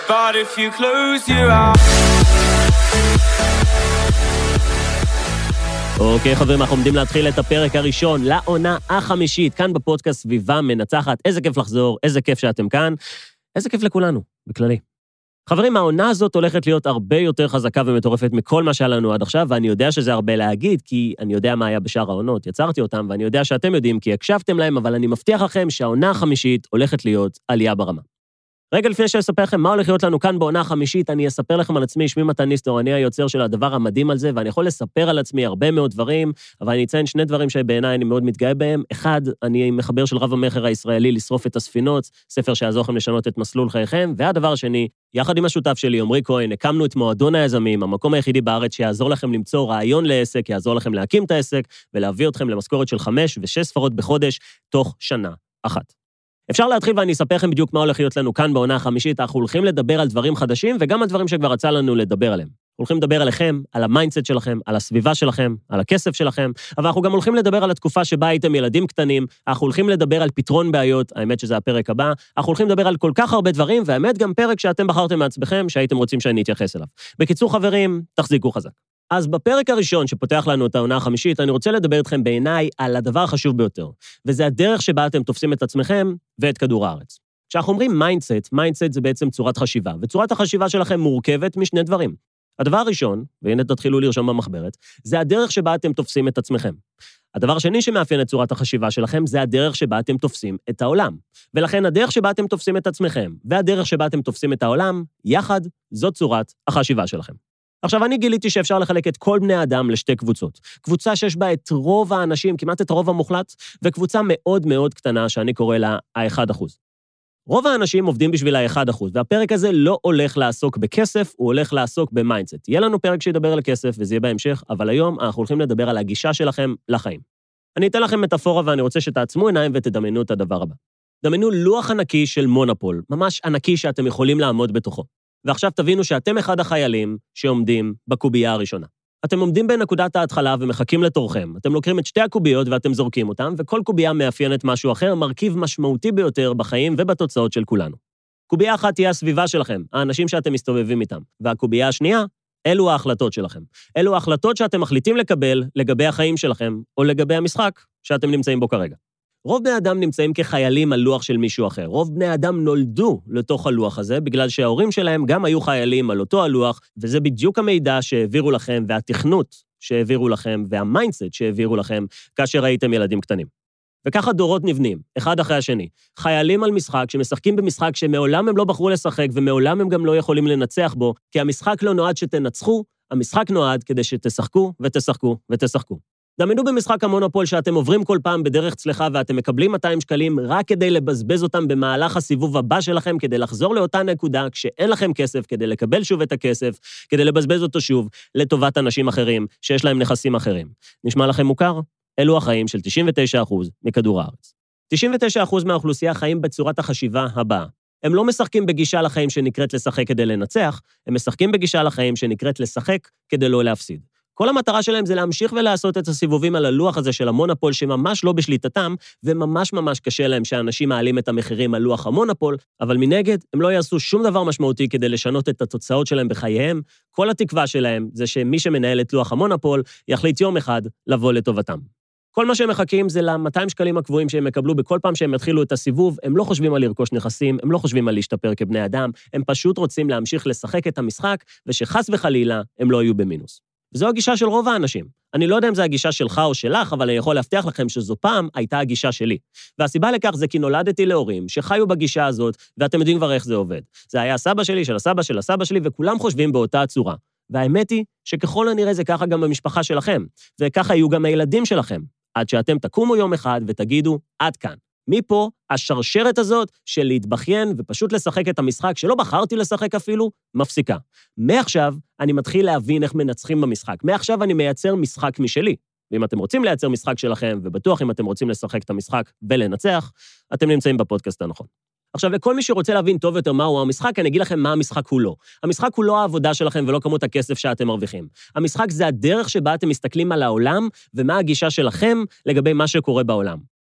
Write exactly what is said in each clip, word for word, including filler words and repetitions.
But if you close your eyes. אוקיי, חברים, אנחנו עומדים להתחיל את הפרק הראשון לעונה החמישית, כאן בפודקאסט סביבה מנצחת. איזה כיף לחזור, איזה כיף שאתם כאן, איזה כיף לכולנו, בכללי. חברים, העונה הזאת הולכת להיות הרבה יותר חזקה ומטורפת מכל מה שהיה לנו עד עכשיו, ואני יודע שזה הרבה להגיד, כי אני יודע מה היה בשאר העונות, יצרתי אותם, ואני יודע שאתם יודעים, כי הקשבתם להם, אבל אני מבטיח לכם שהעונה החמישית הולכת להיות עלייה ברמה. רגע לפני שאספר לכם מה הולך להיות לנו כאן בעונה החמישית, אני אספר לכם על עצמי, שמי מתן ניסטור, אני היוצר של הדבר המדהים על זה, ואני יכול לספר על עצמי הרבה מאוד דברים, אבל אני אציין שני דברים שבעיניי אני מאוד מתגאה בהם. אחד, אני מחבר של רב המחר הישראלי לשרוף את הספינות, ספר שיעזור לכם לשנות את מסלול חייכם, והדבר השני, יחד עם השותף שלי, עמרי כהן, הקמנו את מועדון היזמים, המקום היחידי בארץ שיעזור לכם למצוא רעיון לעסק, יעזור לכם להקים את העסק, ולהביא אתכם למשכורת של חמש ושש ספרות בחודש, תוך שנה אחת. אפשר להתחיל ואני אספר לכם בדיוק מה הולך להיות לנו כאן בעונה החמישית. אנחנו הולכים לדבר על דברים חדשים וגם על דברים שכבר רצה לנו לדבר עליהם. הולכים לדבר עליכם, על המיינדסט שלכם, על הסביבה שלכם, על הכסף שלכם, אבל אנחנו גם הולכים לדבר על התקופה שבה הייתם ילדים קטנים, אנחנו הולכים לדבר על פתרון בעיות, האמת שזה הפרק הבא, אנחנו הולכים לדבר על כל כך הרבה דברים, והאמת גם פרק שאתם בחרתם מעצמכם, שהייתם רוצים שאני אתייחס אליו. בקיצור חברים, תחזיקו חזק. אז בפרק הראשון שפותח לנו את העונה החמישית, אני רוצה לדבר איתכם בעיניי על הדבר החשוב ביותר, וזה הדרך שבה אתם תופסים את עצמכם ואת כדור הארץ. כשאנחנו אומרים מיינדסט, מיינדסט זה בעצם צורת חשיבה, וצורת החשיבה שלכם מורכבת משני דברים. הדבר הראשון, והנה תתחילו לרשום במחברת, זה הדרך שבה אתם תופסים את עצמכם. הדבר השני שמאפיין את צורת החשיבה שלכם, זה הדרך שבה אתם תופסים את העולם. ולכן הדרך שבה אתם תופסים את עצמכם, והדרך שבה אתם תופסים את העולם, יחד, זאת צורת החשיבה שלכם. עכשיו, אני גיליתי שאפשר לחלק את כל בני האדם לשתי קבוצות. קבוצה שיש בה את רוב האנשים, כמעט את הרוב המוחלט, וקבוצה מאוד מאוד קטנה שאני קורא לה ה-אחד אחוז. רוב האנשים עובדים בשביל ה-אחד אחוז, והפרק הזה לא הולך לעסוק בכסף, הוא הולך לעסוק במיינדסט. יהיה לנו פרק שידבר על הכסף, וזה יהיה בהמשך, אבל היום אנחנו הולכים לדבר על הגישה שלכם לחיים. אני אתן לכם מטאפורה, ואני רוצה שתעצמו עיניים ותדמיינו את הדבר הבא. דמיינו לוח ענקי של מונופול, ממש ענקי שאתם יכולים לעמוד בתוכו. ועכשיו תבינו שאתם אחד החיילים שעומדים בקובייה הראשונה. אתם עומדים בנקודת ההתחלה ומחכים לתורכם. אתם לוקחים את שתי הקוביות ואתם זורקים אותם, וכל קובייה מאפיינת משהו אחר, מרכיב משמעותי ביותר בחיים ובתוצאות של כולנו. קובייה אחת תהיה הסביבה שלכם, האנשים שאתם מסתובבים איתם. והקובייה השנייה, אלו ההחלטות שלכם. אלו ההחלטות שאתם מחליטים לקבל לגבי החיים שלכם, או לגבי המשחק שאתם נמצאים בו כרגע. רוב בני אדם נמצאים כחיילים על לוח של מישהו אחר. רוב בני אדם נולדו לתוך הלוח הזה, בגלל שההורים שלהם גם היו חיילים על אותו הלוח, וזה בדיוק המידע שהעבירו לכם, והתכנות שהעבירו לכם, והמיינדסט שהעבירו לכם, כאשר הייתם ילדים קטנים. וככה דורות נבנים, אחד אחרי השני. חיילים על משחק שמשחקים במשחק שמעולם הם לא בחרו לשחק, ומעולם הם גם לא יכולים לנצח בו, כי המשחק לא נועד שתנצחו, המשחק נועד כדי שתשחקו ותשחקו ותשחקו. דמיינו במשחק המונופול שאתם עוברים כל פעם בדרך צלחה ואתם מקבלים מאתיים שקלים רק כדי לבזבז אותם במהלך הסיבוב הבא שלכם, כדי לחזור לאותה נקודה כשאין לכם כסף, כדי לקבל שוב את הכסף, כדי לבזבז אותו שוב לטובת אנשים אחרים שיש להם נכסים אחרים. נשמע לכם מוכר? אלו החיים של תשעים ותשעה אחוז מכדור הארץ. תשעים ותשעה אחוז מהאוכלוסייה חיים בצורת החשיבה הבאה. הם לא משחקים בגישה לחיים שנקראת לשחק כדי לנצח, הם משחקים בגישה לחיים שנקראת לשחק כדי לא להפסיד. כל המטרה שלהם זה להמשיך ולעשות את הסיבובים על הלוח הזה של המונופול, שממש לא בשליטתם, וממש ממש קשה להם שאנשים מעלים את המחירים על לוח המונופול, אבל מנגד, הם לא יעשו שום דבר משמעותי כדי לשנות את התוצאות שלהם בחייהם. כל התקווה שלהם זה שמי שמנהל את לוח המונופול, יחליט יום אחד לבוא לטובתם. כל מה שהם מחכים זה ל-מאתיים שקלים הקבועים שהם מקבלו בכל פעם שהם יתחילו את הסיבוב, הם לא חושבים על לרכוש נכסים, הם לא חושבים על להשתפר כבני אדם, הם פשוט רוצים להמשיך לשחק את המשחק, ושחס וחלילה הם לא יהיו במינוס. וזו הגישה של רוב האנשים. אני לא יודע אם זו הגישה שלך או שלך, אבל אני יכול להבטיח לכם שזו פעם הייתה הגישה שלי. והסיבה לכך זה כי נולדתי להורים שחיו בגישה הזאת, ואתם יודעים כבר איך זה עובד. זה היה הסבא שלי, של הסבא של הסבא שלי, וכולם חושבים באותה הצורה. והאמת היא שככל הנראה זה ככה גם במשפחה שלכם, וככה יהיו גם הילדים שלכם, עד שאתם תקומו יום אחד ותגידו, עד כאן. מפה, השרשרת הזאת של להתבכיין ופשוט לשחק את המשחק, שלא בחרתי לשחק אפילו, מפסיקה. מעכשיו אני מתחיל להבין איך מנצחים במשחק. מעכשיו אני מייצר משחק משלי. ואם אתם רוצים לייצר משחק שלכם, ובטוח אם אתם רוצים לשחק את המשחק ולנצח, אתם נמצאים בפודקאסט הנכון. עכשיו, לכל מי שרוצה להבין טוב יותר מהו המשחק, אני אגיד לכם מה המשחק הוא לא. המשחק הוא לא העבודה שלכם ולא כמות הכסף שאתם מרוויחים. המשחק זה הדרך שבה אתם מסתכלים על העולם, ומה הגישה שלכם לגבי מה שקורה בעולם.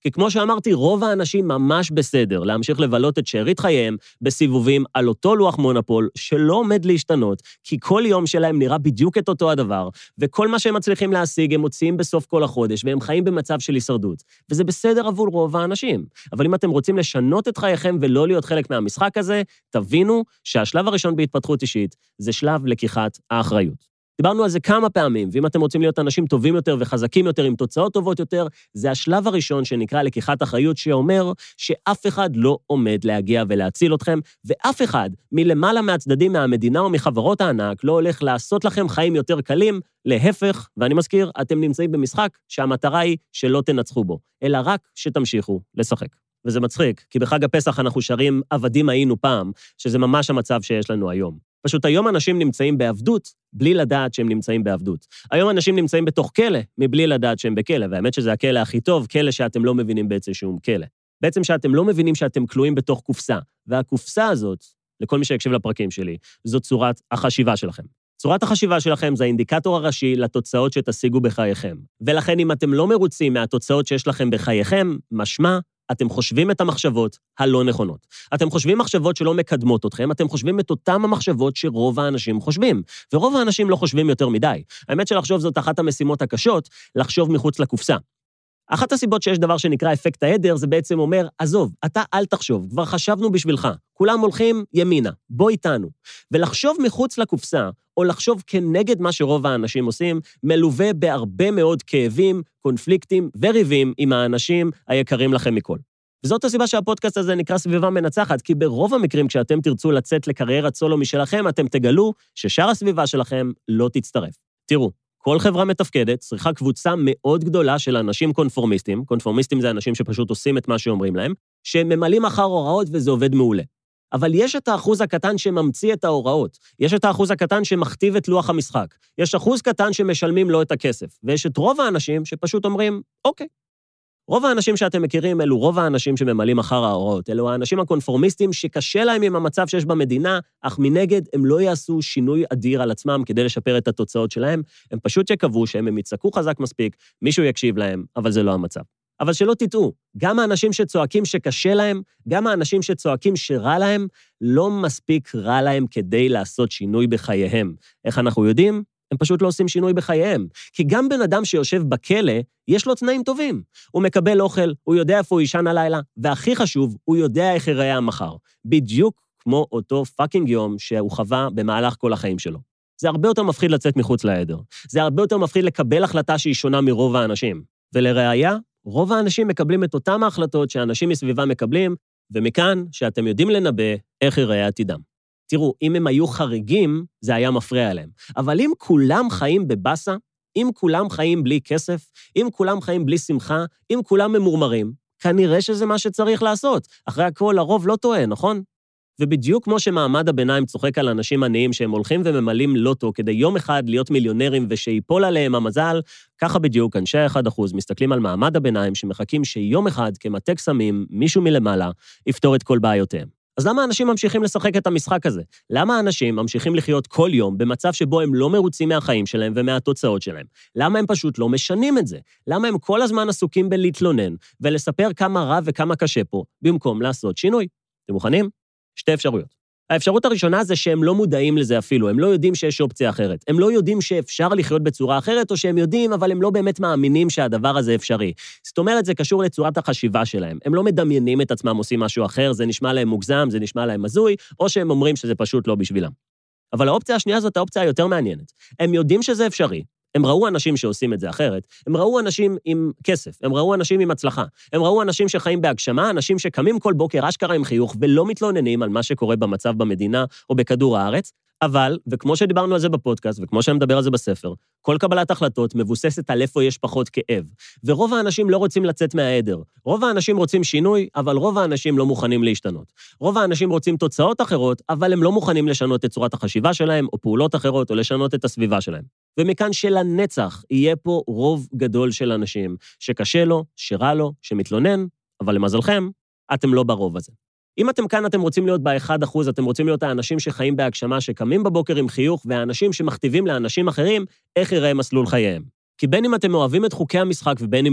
כי כמו שאמרתי, רוב האנשים ממש בסדר להמשיך לבלות את שארית חייהם בסיבובים על אותו לוח מונופול שלא עומד להשתנות, כי כל יום שלהם נראה בדיוק את אותו הדבר, וכל מה שהם מצליחים להשיג הם מוציאים בסוף כל החודש, והם חיים במצב של הישרדות. וזה בסדר עבור רוב האנשים. אבל אם אתם רוצים לשנות את חייכם ולא להיות חלק מהמשחק הזה, תבינו שהשלב הראשון בהתפתחות אישית זה שלב לקיחת האחריות. דיברנו על זה כמה פעמים, ואם אתם רוצים להיות אנשים טובים יותר וחזקים יותר עם תוצאות טובות יותר, זה השלב הראשון שנקרא לקיחת אחריות, שאומר שאף אחד לא עומד להגיע ולהציל אתכם, ואף אחד מלמעלה מהצדדים מהמדינה או מחברות הענק לא הולך לעשות לכם חיים יותר קלים, להפך, ואני מזכיר, אתם נמצאים במשחק שהמטרה היא שלא תנצחו בו, אלא רק שתמשיכו לשחק. וזה מצחיק, כי בחג הפסח אנחנו שרים עבדים היינו פעם, שזה ממש המצב שיש לנו היום. פשוט היום אנשים נמצאים בעבדות, בלי לדעת שהם נמצאים בעבדות. היום אנשים נמצאים בתוך כלא, מבלי לדעת שהם בכלא, והאמת שזה הכלא הכי טוב, כלא שאתם לא מבינים בעצם שום כלא. בעצם שאתם לא מבינים שאתם כלואים בתוך קופסה, והקופסה הזאת, לכל מי שיקשיב לפרקים שלי, זו צורת החשיבה שלכם. צורת החשיבה שלכם זה האינדיקטור הראשי לתוצאות שתשיגו בחייכם. ולכן אם אתם לא מרוצים מהתוצאות שיש לכם בחייכם, משמע, אתם חושבים את המחשבות הלא נכונות. אתם חושבים מחשבות שלא מקדמות אתכם, אתם חושבים את אותם המחשבות שרוב האנשים חושבים. ורוב האנשים לא חושבים יותר מדי. האמת שלחשוב זאת אחת המשימות הקשות, לחשוב מחוץ לקופסה. אחת הסיבות שיש דבר שנקרא אפקט העדר, זה בעצם אומר, עזוב, אתה אל תחשוב, כבר חשבנו בשבילך. כולם הולכים ימינה, בוא איתנו. ולחשוב מחוץ לקופסה, או לחשוב כנגד מה שרוב האנשים עושים, מלווה בהרבה מאוד כאבים, קונפליקטים וריבים עם האנשים היקרים לכם מכל. וזאת הסיבה שהפודקאסט הזה נקרא סביבה מנצחת, כי ברוב המקרים כשאתם תרצו לצאת לקריירת סולו משלכם, אתם תגלו ששאר הסביבה שלכם לא תצטרף. תראו, כל חברה מתפקדת צריכה קבוצה מאוד גדולה של אנשים קונפורמיסטים, קונפורמיסטים זה אנשים שפשוט עושים את מה שאומרים להם, שממלאים אחר הוראות וזה עובד מעולה. אבל יש את האחוז הקטן שממציא את ההוראות, יש את האחוז הקטן שמכתיב את לוח המשחק, יש אחוז קטן שמשלמים לו את הכסף, ויש את רוב האנשים שפשוט אומרים, אוקיי. רוב האנשים שאתם מכירים אלו רוב האנשים שממלאים אחר ההוראות, אלו האנשים הקונפורמיסטים שקשה להם עם המצב שיש במדינה, אך מנגד הם לא יעשו שינוי אדיר על עצמם כדי לשפר את התוצאות שלהם, הם פשוט שקבעו שהם הם יצעקו חזק מספיק, מישהו יקשיב להם, אבל זה לא המצב. אבל שלא תטעו, גם האנשים שצועקים שקשה להם, גם האנשים שצועקים שרע להם, לא מספיק רע להם כדי לעשות שינוי בחייהם. איך אנחנו יודעים? הם פשוט לא עושים שינוי בחייהם. כי גם בן אדם שיושב בכלא, יש לו תנאים טובים. הוא מקבל אוכל, הוא יודע איפה הוא ישן הלילה, והכי חשוב, הוא יודע איך יראה המחר. בדיוק כמו אותו פאקינג יום שהוא חווה במהלך כל החיים שלו. זה הרבה יותר מפחיד לצאת מחוץ לעדר. זה הרבה יותר מפחיד לקבל החלטה שהיא שונה מרוב האנשים. ולראיה, רוב האנשים מקבלים את אותם ההחלטות שאנשים מסביבם מקבלים, ומכאן שאתם יודעים לנבא איך יראה עתידם. תראו, אם הם היו חריגים, זה היה מפריע להם. אבל אם כולם חיים בבאסה, אם כולם חיים בלי כסף, אם כולם חיים בלי שמחה, אם כולם ממורמרים, כנראה שזה מה שצריך לעשות. אחרי הכל, הרוב לא טועה, נכון? ובדיוק כמו שמעמד הביניים צוחק על אנשים עניים שהם הולכים וממלאים לוטו כדי יום אחד להיות מיליונרים ושיפול עליהם המזל, ככה בדיוק אנשי ה-אחד אחוז מסתכלים על מעמד הביניים שמחכים שיום אחד כמטה קסמים מישהו מלמעלה יפתור את כל בעיותיהם. אז למה אנשים ממשיכים לשחק את המשחק הזה? למה אנשים ממשיכים לחיות כל יום במצב שבו הם לא מרוצים מהחיים שלהם ומהתוצאות שלהם? למה הם פשוט לא משנים את זה? למה הם כל הזמן עסוקים בלהתלונן ולספר כמה רע וכמה קשה פה, במקום לעשות שינוי? אתם מוכנים? שתי אפשרויות. האפשרות הראשונה זה שהם לא מודעים לזה אפילו, הם לא יודעים שיש אופציה אחרת. הם לא יודעים שאפשר לחיות בצורה אחרת, או שהם יודעים, אבל הם לא באמת מאמינים שהדבר הזה אפשרי. זאת אומרת, זה קשור לצורת החשיבה שלהם. הם לא מדמיינים את עצמם עושים משהו אחר, זה נשמע להם מוגזם, זה נשמע להם מזוי, או שהם אומרים שזה פשוט לא בשבילם. אבל האופציה השנייה זאת האופציה היותר מעניינת. הם יודעים שזה אפשרי. הם ראו אנשים שעושים את זה אחרת, הם ראו אנשים עם כסף, הם ראו אנשים עם הצלחה, הם ראו אנשים שחיים בהגשמה, אנשים שקמים כל בוקר אשכרה עם חיוך ולא מתלוננים על מה שקורה במצב במדינה או בכדור הארץ, אבל, וכמו שדיברנו על זה בפודקאסט, וכמו שאני מדבר על זה בספר, כל קבלת החלטות מבוססת על איפה יש פחות כאב, ורוב האנשים לא רוצים לצאת מהעדר, רוב האנשים רוצים שינוי, אבל רוב האנשים לא מוכנים להשתנות. רוב האנשים רוצים תוצאות אחרות, אבל הם לא מוכנים לשנות את צורת החשיבה שלהם, או פעולות אחרות, או לשנות את הסביבה שלהם. ומכאן שלנצח יהיה פה רוב גדול של אנשים, שקשה לו, שרע לו, שמתלונן, אבל למזלכם, אתם לא ברוב הזה. אם אתם כאן, אתם רוצים להיות ב-אחד אחוז, אתם רוצים להיות האנשים שחיים בהגשמה, שקמים בבוקר עם חיוך, והאנשים שמכתיבים לאנשים אחרים איך יראה מסלול חייהם. כי בין אם אתם אוהבים את חוקי המשחק ובין אם לא,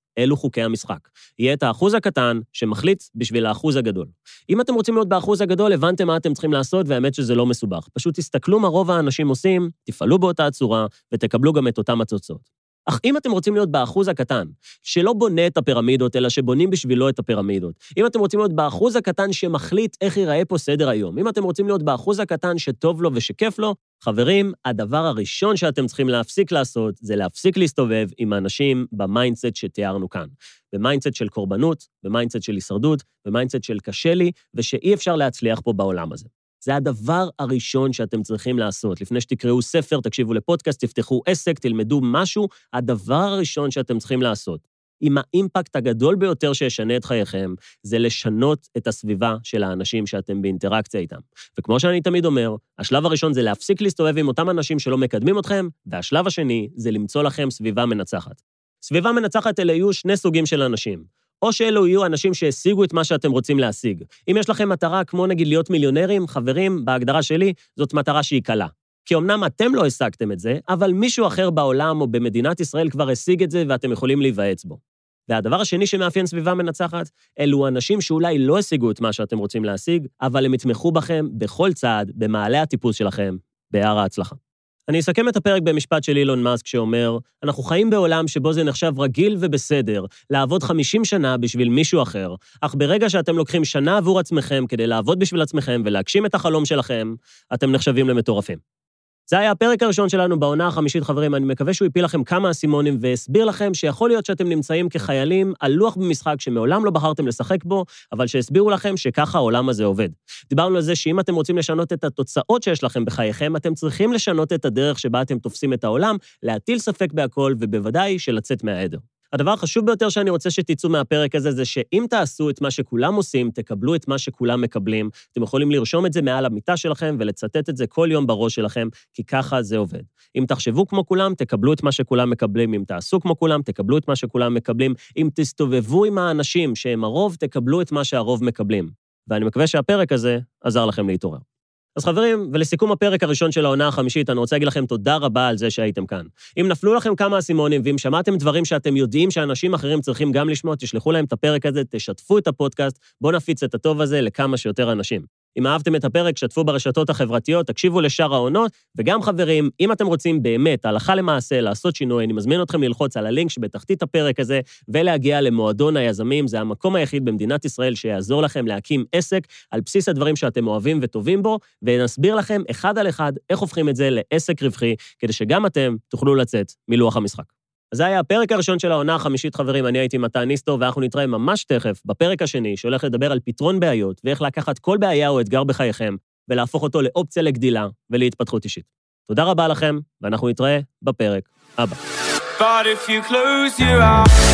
אלו חוקי המשחק. יהיה את האחוז הקטן שמחליט בשביל האחוז הגדול. אם אתם רוצים להיות באחוז הגדול, הבנתם מה אתם צריכים לעשות, והאמת שזה לא מסובך. פשוט תסתכלו מה רוב האנשים עושים, תפעלו באותה הצורה, ותקבלו גם את אותם התוצאות. אך אם אתם רוצים להיות באחוז הקטן, שלא בונה את הפירמידות, אלא שבונים בשבילו את הפירמידות, אם אתם רוצים להיות באחוז הקטן שמחליט איך ייראה פה סדר היום, אם אתם רוצים להיות באחוז הקטן שטוב לו ושכיף לו, חברים, הדבר הראשון שאתם צריכים להפסיק לעשות, זה להפסיק להסתובב עם האנשים במיינדסט שתיארנו כאן. במיינדסט של קורבנות, במיינדסט של הישרדות, במיינדסט של קשה לי, ושאי אפשר להצליח פה בעולם הזה. זה הדבר הראשון שאתם צריכים לעשות. לפני שתקראו ספר, תקשיבו לפודקאסט, תפתחו עסק, תלמדו משהו, הדבר הראשון שאתם צריכים לעשות, עם האימפקט הגדול ביותר שישנה את חייכם, זה לשנות את הסביבה של האנשים שאתם באינטראקציה איתם. וכמו שאני תמיד אומר, השלב הראשון זה להפסיק להסתובב עם אותם אנשים שלא מקדמים אתכם, והשלב השני זה למצוא לכם סביבה מנצחת. סביבה מנצחת אלה יהיו שני סוגים של אנשים. או שאלו יהיו אנשים שהשיגו את מה שאתם רוצים להשיג. אם יש לכם מטרה כמו נגיד להיות מיליונרים, חברים, בהגדרה שלי, זאת מטרה שהיא קלה. כי אמנם אתם לא השגתם את זה, אבל מישהו אחר בעולם או במדינת ישראל כבר השיג את זה ואתם יכולים להיוועץ בו. והדבר השני שמאפיין סביבה מנצחת, אלו אנשים שאולי לא השיגו את מה שאתם רוצים להשיג, אבל הם יתמכו בכם בכל צעד, במעלה הטיפוס שלכם, בהר ההצלחה. אני אסכם את הפרק במשפט של אילון מאסק שאומר, אנחנו חיים בעולם שבו זה נחשב רגיל ובסדר, לעבוד חמישים שנה בשביל מישהו אחר, אך ברגע שאתם לוקחים שנה עבור עצמכם כדי לעבוד בשביל עצמכם ולהגשים את החלום שלכם, אתם נחשבים למטורפים. זה היה הפרק הראשון שלנו בעונה החמישית, חברים. אני מקווה שהוא יפיל לכם כמה אסימונים והסביר לכם שיכול להיות שאתם נמצאים כחיילים על לוח במשחק שמעולם לא בחרתם לשחק בו, אבל שהסבירו לכם שככה העולם הזה עובד. דיברנו על זה שאם אתם רוצים לשנות את התוצאות שיש לכם בחייכם, אתם צריכים לשנות את הדרך שבה אתם תופסים את העולם, להטיל ספק בהכל ובוודאי שלצאת מהעדר. הדבר החשוב ביותר שאני רוצה שתצאו מהפרק הזה, זה שאם תעשו את מה שכולם עושים, תקבלו את מה שכולם מקבלים. אתם יכולים לרשום את זה מעל המיטה שלכם, ולצטט את זה כל יום בראש שלכם, כי ככה זה עובד. אם תחשבו כמו כולם, תקבלו את מה שכולם מקבלים. אם תעשו כמו כולם, תקבלו את מה שכולם מקבלים. אם תסתובבו עם האנשים שהם הרוב, תקבלו את מה שהרוב מקבלים. ואני מקווה שהפרק הזה עזר לכם להתעורר. אז חברים, ולסיכום הפרק הראשון של העונה החמישית, אני רוצה להגיד לכם תודה רבה על זה שהייתם כאן. אם נפלו לכם כמה אסימונים, ואם שמעתם דברים שאתם יודעים שאנשים אחרים צריכים גם לשמוע, תשלחו להם את הפרק הזה, תשתפו את הפודקאסט, בואו נפיץ את הטוב הזה לכמה שיותר אנשים. אם אהבתם את הפרק, שתפו ברשתות החברתיות, תקשיבו לשאר העונות, וגם חברים, אם אתם רוצים באמת, הלכה למעשה, לעשות שינוי, אני מזמין אתכם ללחוץ על הלינק שבתחתית הפרק הזה, ולהגיע למועדון היזמים. זה המקום היחיד במדינת ישראל שיעזור לכם להקים עסק על בסיס הדברים שאתם אוהבים וטובים בו, ונסביר לכם אחד על אחד איך הופכים את זה לעסק רווחי, כדי שגם אתם תוכלו לצאת מלוח המשחק. אז זה היה הפרק הראשון של העונה החמישית, חברים. אני הייתי מתן ניסטור, ואנחנו נתראה ממש תכף בפרק השני, שהולך לדבר על פתרון בעיות, ואיך לקחת כל בעיה או אתגר בחייכם, ולהפוך אותו לאופציה לגדילה ולהתפתחות אישית. תודה רבה לכם, ואנחנו נתראה בפרק הבא. But if you close your eyes